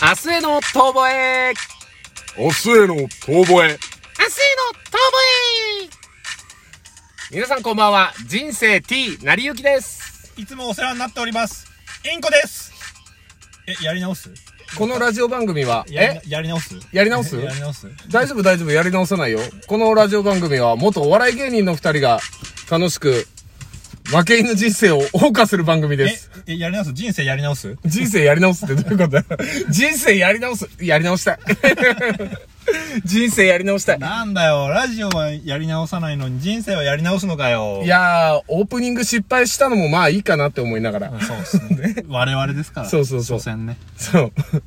明日への遠吠え。 明日への遠吠え。 明日への遠吠え。皆さんこんばんは。人生 T なりゆきです。 いつもお世話になっております。インコです。やり直す？ このラジオ番組は、 やり直す？ やり直す？ やり直す？ 大丈夫、やり直さないよ。このラジオ番組は元お笑い芸人の二人が楽しく負け犬人生を謳歌する番組です。 やり直す？人生やり直す？ 人生やり直すってどういうことだよ。人生やり直す。やり直したい。人生やり直したい。 なんだよ、ラジオはやり直さないのに人生はやり直すのかよ。 いやー、オープニング失敗したのもまあいいかなって思いながら。 そうですね。我々ですから。 そう。 所詮ね。 そう。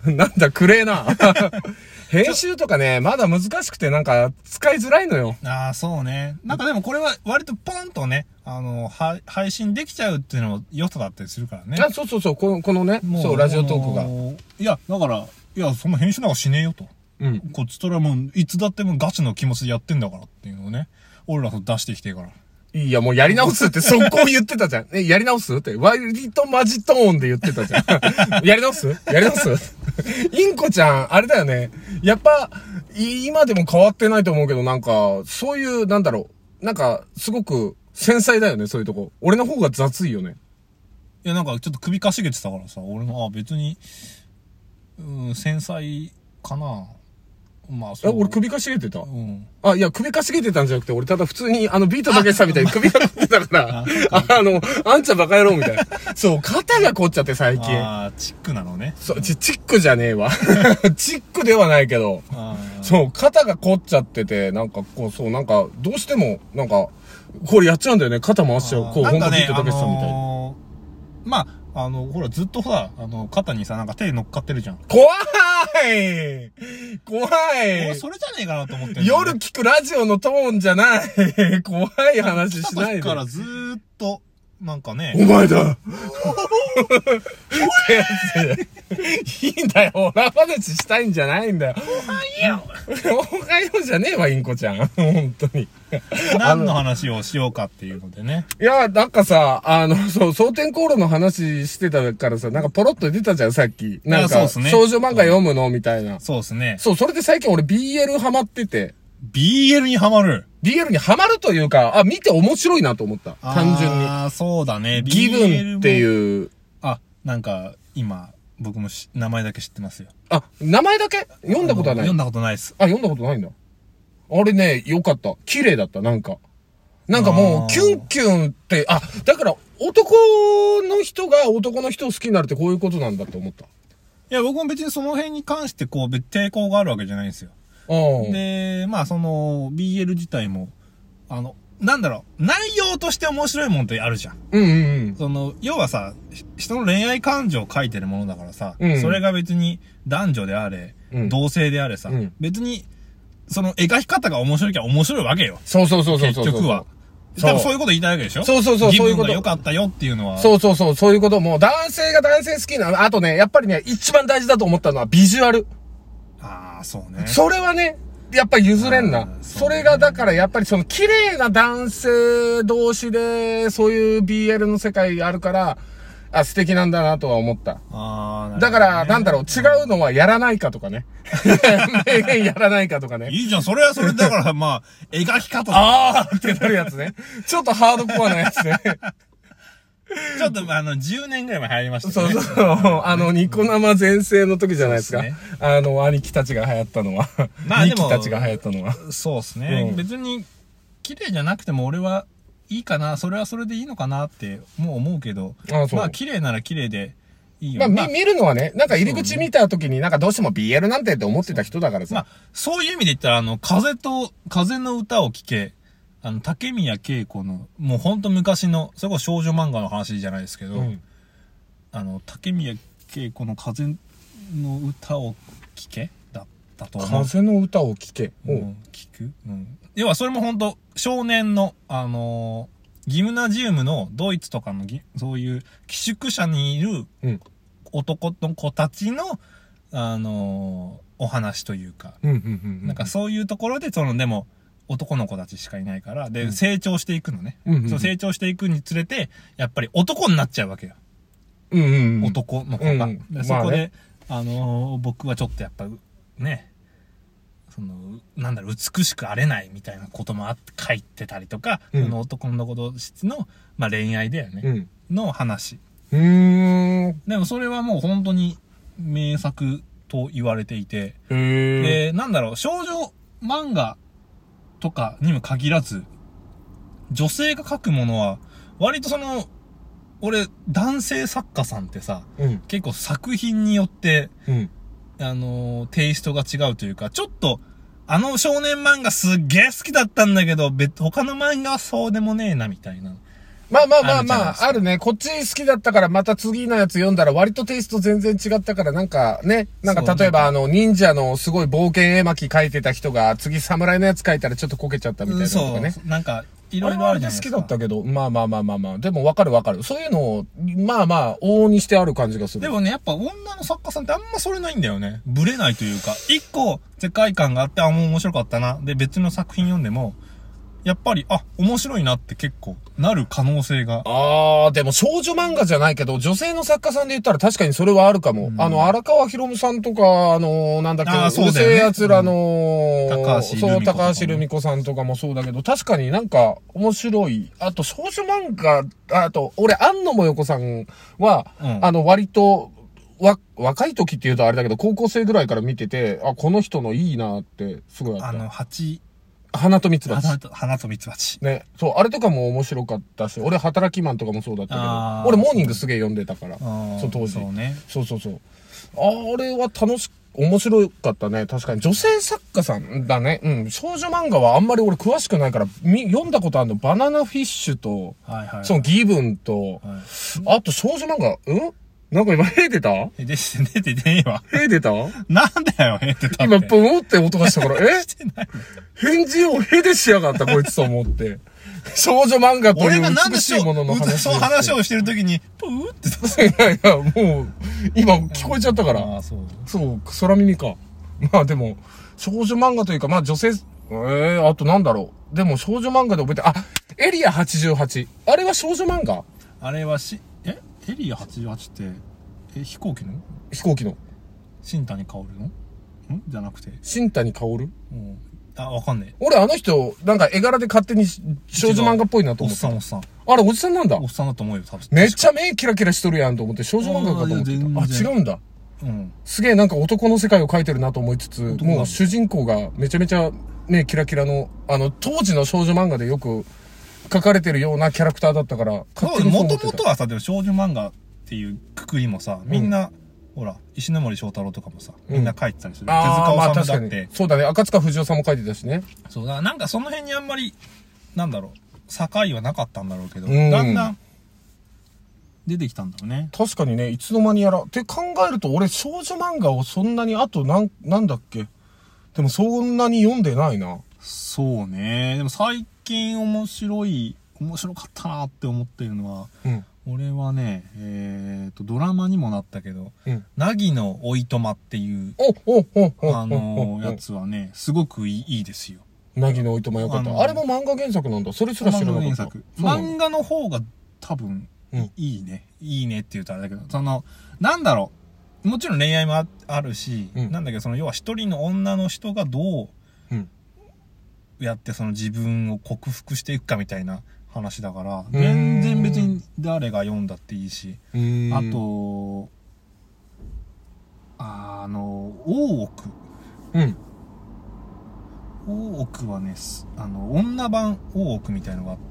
なんだ、くれえな。編集とかね、まだ難しくてなんか使いづらいのよ。 ああ、そうね。なんかでもこれは割とポンとね、配信できちゃうっていうのも良さだったりするからね。 あ、そう。このね、そう、ラジオトークが。 いや、だから、その編集なんかしねえよと。 うん。 こっちとらもう、いつだってもうガチの気持ちでやってんだからっていうのをね、俺らと出してきてから。 いや、もうやり直すって速攻言ってたじゃん。やり直すって。割とマジトーンで言ってたじゃん。やり直すインコちゃん、あれだよね。やっぱ、今でも変わってないと思うけど、なんか、そういう、なんだろう。なんか、すごく繊細だよね、そういうとこ。俺の方が雑いよね。 いや、なんかちょっと首かしげてたからさ、俺も、別に、繊細かな。まあ、そう。 俺首かしげてた？ うん。 いや、首かしげてたんじゃなくて、俺ただ普通に、ビートたけしさんみたいに首が凝ってたから、あんちゃんバカ野郎みたいな。そう、肩が凝っちゃって最近。 チックなのね。 そう、チックじゃねえわ。チックではないけど、そう、肩が凝っちゃってて、なんかこう、そう、なんか、どうしても、なんか、これやっちゃうんだよね、肩回しちゃう。こう、ほんとビートたけしさんみたいに。 まあ、ほら、ずっとさ、肩にさ、なんか手乗っかってるじゃん。 怖い。 俺、それじゃねえかなと思ってんだよね。 夜聞くラジオのトーンじゃない。怖い話しないで。 肩からずーっと、なんかね。 お前だいいんだよ。オラ話したいんじゃないんだよ。おはようじゃねえわ、インコちゃん。本当に。 何の話をしようかっていうのでね。 いや、なんかさ、そう、蒼天航路の話してたからさ、なんかポロッと出たじゃん、さっき。なんか、少女漫画読むのみたいな。 そうですね。 そう、それで最近俺 BL ハマってて。 BL にハマる？ BL にハマるというか、見て面白いなと思った。単純に。 そうだね。 ギブンっていう。 なんか、今、僕も名前だけ知ってますよ。 名前だけ読んだことはない？ 読んだことないです。 読んだことないんだ。あれね、よかった。綺麗だった、なんかもう、キュンキュンって、だから、男の人が男の人を好きになるってこういうことなんだって思った。 いや、僕も別にその辺に関してこう、抵抗があるわけじゃないんですよ。で、まあ、BL 自体も、なんだろう、内容として面白いもんってあるじゃん。要はさ、人の恋愛感情を書いてるものだからさ、それが別に男女であれ、同性であれさ、別に、その描き方が面白いきゃ面白いわけよ。 そう。 結局は。多分そういうこと言いたいわけでしょ？ そう。 そういうこと。良かったよっていうのは。 そういうことも、男性が男性好きな、あとね、やっぱりね、一番大事だと思ったのはビジュアル。 そうね。 それはね、やっぱり譲れんな。それがだからやっぱりその綺麗な男性同士で、そういう BL の世界あるから、素敵なんだなとは思った。だから、なんだろう、違うのはやらないかとかね。やらないかとかね。 いいじゃん、それはそれだから、まあ、描き方ってなるやつね。ちょっとハードコアなやつね。 ちょっと10年ぐらい前流行りましたね。 そう。ニコ生全盛の時じゃないですか。兄貴たちが流行ったのは。兄貴たちが流行ったのは。 そうですね。別に、綺麗じゃなくても俺はいいかな、それはそれでいいのかなって、もう思うけど。まあ、綺麗なら綺麗でいいよ。 見るのはね、なんか入り口見た時になんかどうしても BL なんてって思ってた人だからさ。 そういう意味で言ったら、風の歌を聴け。竹宮恵子の、もうほんと昔の、それこそ少女漫画の話じゃないですけど、竹宮恵子の風の歌を聴けだったと思う。 風の歌を聴け。 聞く？要はそれもほんと、少年の、ギムナジウムのドイツとかのそういう寄宿舎にいる男の子たちの、お話というか、なんかそういうところで、でも、男の子たちしかいないから、で、成長していくのね。そう成長していくにつれて、やっぱり男になっちゃうわけよ。男の子が。そこで、 僕はちょっとやっぱ、ね、美しくあれないみたいなことも書いてたりとか、 うん、 その男の子同士の、まあ、恋愛だよね、うん、の話。でもそれはもう本当に名作と言われていて、で、少女漫画とかにも限らず、女性が書くものは、割と俺、男性作家さんってさ、うん、結構作品によって、うん、テイストが違うというか、ちょっと、少年漫画すっげえ好きだったんだけど、他の漫画はそうでもねえな、みたいな。 まあ、あるね。こっち好きだったから、また次のやつ読んだら、割とテイスト全然違ったから、例えば忍者のすごい冒険絵巻描いてた人が、次侍のやつ描いたらちょっとこけちゃったみたいなとかね。 そう、いろいろあるじゃないですか。 好きだったけど、まあ。でもわかる。そういうのを、往々にしてある感じがする。 でもね、やっぱ女の作家さんってあんまそれないんだよね。ブレないというか、一個世界観があって、もう面白かったな。で、別の作品読んでも、やっぱり、面白いなって結構なる可能性が。 でも少女漫画じゃないけど、女性の作家さんで言ったら確かにそれはあるかも。荒川博夢さんとか、うるせえ奴らの、高橋留美子さんとかもそうだけど、確かに面白い。あと少女漫画、俺、安野もよこさんは、割と、若い時って言うとあれだけど、高校生ぐらいから見てて、この人のいいなって、すごいあった。花と蜜蜂。 花と蜜蜂。 ね。そう、あれとかも面白かったし、俺働きマンとかもそうだったけど、俺モーニングすげえ読んでたから、そう、当時。 そうね。 そう。あれは面白かったね。確かに。女性作家さんだね。うん。少女漫画はあんまり俺詳しくないから、読んだことあるの、バナナフィッシュと、そのギブンと、あと少女漫画、今、へ出た出てねえわ。 へ出たなんだよ、へ出た。 今、ブーって音がしたから、返事をへでしやがった、こいつと思って。少女漫画という美しいものの話。 そう話をしてるときに、プーっていや、もう、今聞こえちゃったから。そう、空耳か。まあでも、少女漫画というか、女性、あとでも少女漫画で覚えて、エリア88。あれは少女漫画？ あれはエリア88って、飛行機の新谷薫のじゃなくて。 新谷薫？ わかんねえ。 俺人、絵柄で勝手に少女漫画っぽいなと思って。 おっさん。 あれ、おじさんなんだ。 おっさんだと思うよ、多分。 めっちゃ目キラキラしとるやんと思って、少女漫画かと思ってた。違うんだ。すげえ男の世界を描いてるなと思いつつ、もう主人公がめちゃめちゃ目キラキラの、当時の少女漫画でよく、書かれてるようなキャラクターだったから、 もともとはさ、でも少女漫画っていうくくりもさ、みんな、ほら、石ノ森章太郎とかもさ、みんな書いてたりする。手塚治虫だって。 そうだね、赤塚不二夫さんも書いてたしね。 そうだ、その辺にあんまり、境はなかったんだろうけど、だんだん、出てきたんだろうね。 確かにね、いつの間にやら。って考えると、俺少女漫画をそんなに、あとなんだっけ。でもそんなに読んでないな。 そうね。でも最近面白かったなって思ってるのは、俺はね、ドラマにもなったけど、凪のおいとまっていう、やつはね、すごくいいですよ。 凪のおいとまよかった。あれも漫画原作なんだ。それすら知らなかった。 漫画の方が多分、いいね。いいねって言うとあれだけど、もちろん恋愛もあるし、なんだけど、要は一人の女の人がどう、やって自分を克服していくかみたいな話だから、全然別に誰が読んだっていいし、あと、大奥。大奥はね、女版大奥みたいのがあって、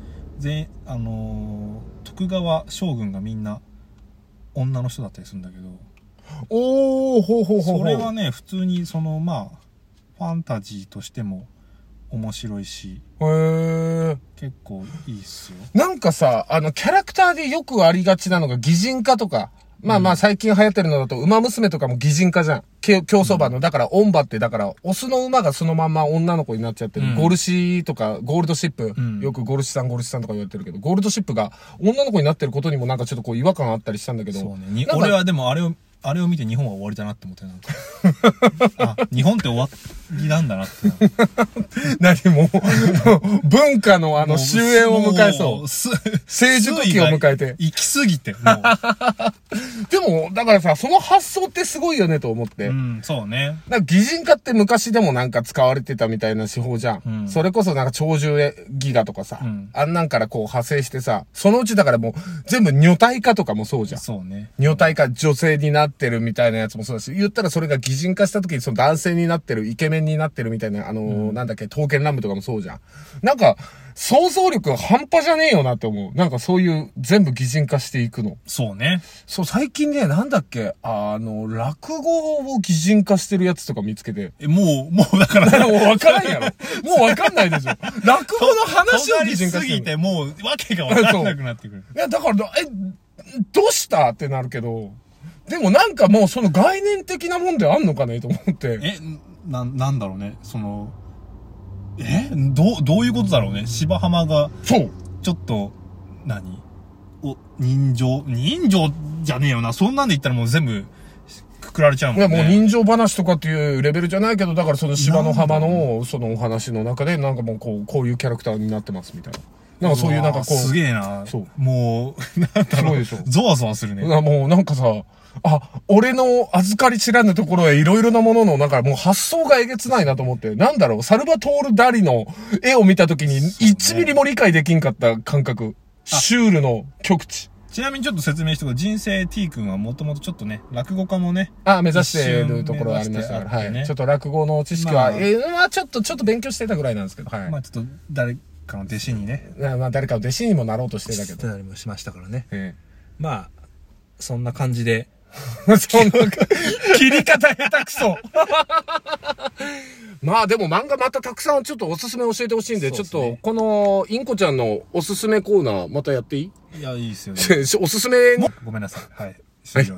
徳川将軍がみんな女の人だったりするんだけど、それはね、普通にファンタジーとしても、面白いし。結構いいっすよ。 キャラクターでよくありがちなのが擬人化とか。最近流行ってるのだと、馬娘とかも擬人化じゃん。競走馬の。だから、オンバって、オスの馬がそのまま女の子になっちゃってる。ゴルシとか、ゴールドシップ。よくゴルシさんとか言われてるけど、ゴールドシップが女の子になってることにもちょっと違和感あったりしたんだけど。 そうね。俺はでもあれを見て日本は終わりだなって思ってる。日本って終わっぎなんだなって。 何もう、文化の終焉を迎えそう。成熟期を迎えて。 行き過ぎて、もう。 でも、だからさ、その発想ってすごいよねと思って。 うん、そうね。 なんか擬人化って昔でもなんか使われてたみたいな手法じゃん。うん、それこそなんか鳥獣戯画とかさ、うん、あんなんからこう派生してさ、そのうちだからもう全部女体化とかもそうじゃん。 そうね。 女体化女性になってるみたいなやつもそうだし、言ったらそれが擬人化した時にその男性になってる、イケメンになってるみたいな、なんだっけ、刀剣乱舞とかもそうじゃん。なんか、想像力が半端じゃねえよなって思う。なんかそういう全部擬人化していくの。 そうね。 そう、最近ね、なんだっけ、落語を擬人化してるやつとか見つけて。 もうだから。 もうわからんやろ。もうわかんないでしょ。落語の話を擬人化してる。 すぎて、もう、わけがわからなくなってくる。 いや、だから、どうしたってなるけど、でもなんかもうその概念的なもんであんのかねと思って。 なんだろうね、どういうことだろうね。芝浜が、 そう。 ちょっと、人情じゃねえよな。そんなんで言ったらもう全部、くくられちゃうもんね。 いや、もう人情話とかっていうレベルじゃないけど、だからその芝の浜の、そのお話の中で、なんかもうこういうキャラクターになってますみたいな。なんかそういうなんかこう。 すげえな。 そう。 もう、なんだろう。 すごいでしょ。 ゾワゾワするね。 もうなんかさ、俺の預かり知らぬところへいろいろなものの、なんかもう発想がえげつないなと思って、なんだろう、サルバトール・ダリの絵を見たときに1ミリも理解できんかった感覚。シュールの極致。 ちなみにちょっと説明しておくと、人生 T 君はもともとちょっとね、落語家もね。 目指しているところがありましたから、はい。ちょっと落語の知識は、ちょっと勉強してたぐらいなんですけど、はい。 まあちょっと誰かの弟子にね。 まあ誰かの弟子にもなろうとしてたけど。 なりもしましたからね。まあ、そんな感じで。 そんな、切り方下手くそ。まあでも漫画またたくさんちょっとおすすめ教えてほしいんで、ちょっとこのインコちゃんのおすすめコーナーまたやっていい？ いや、いいですよね。 おすすめごめんなさい。はい。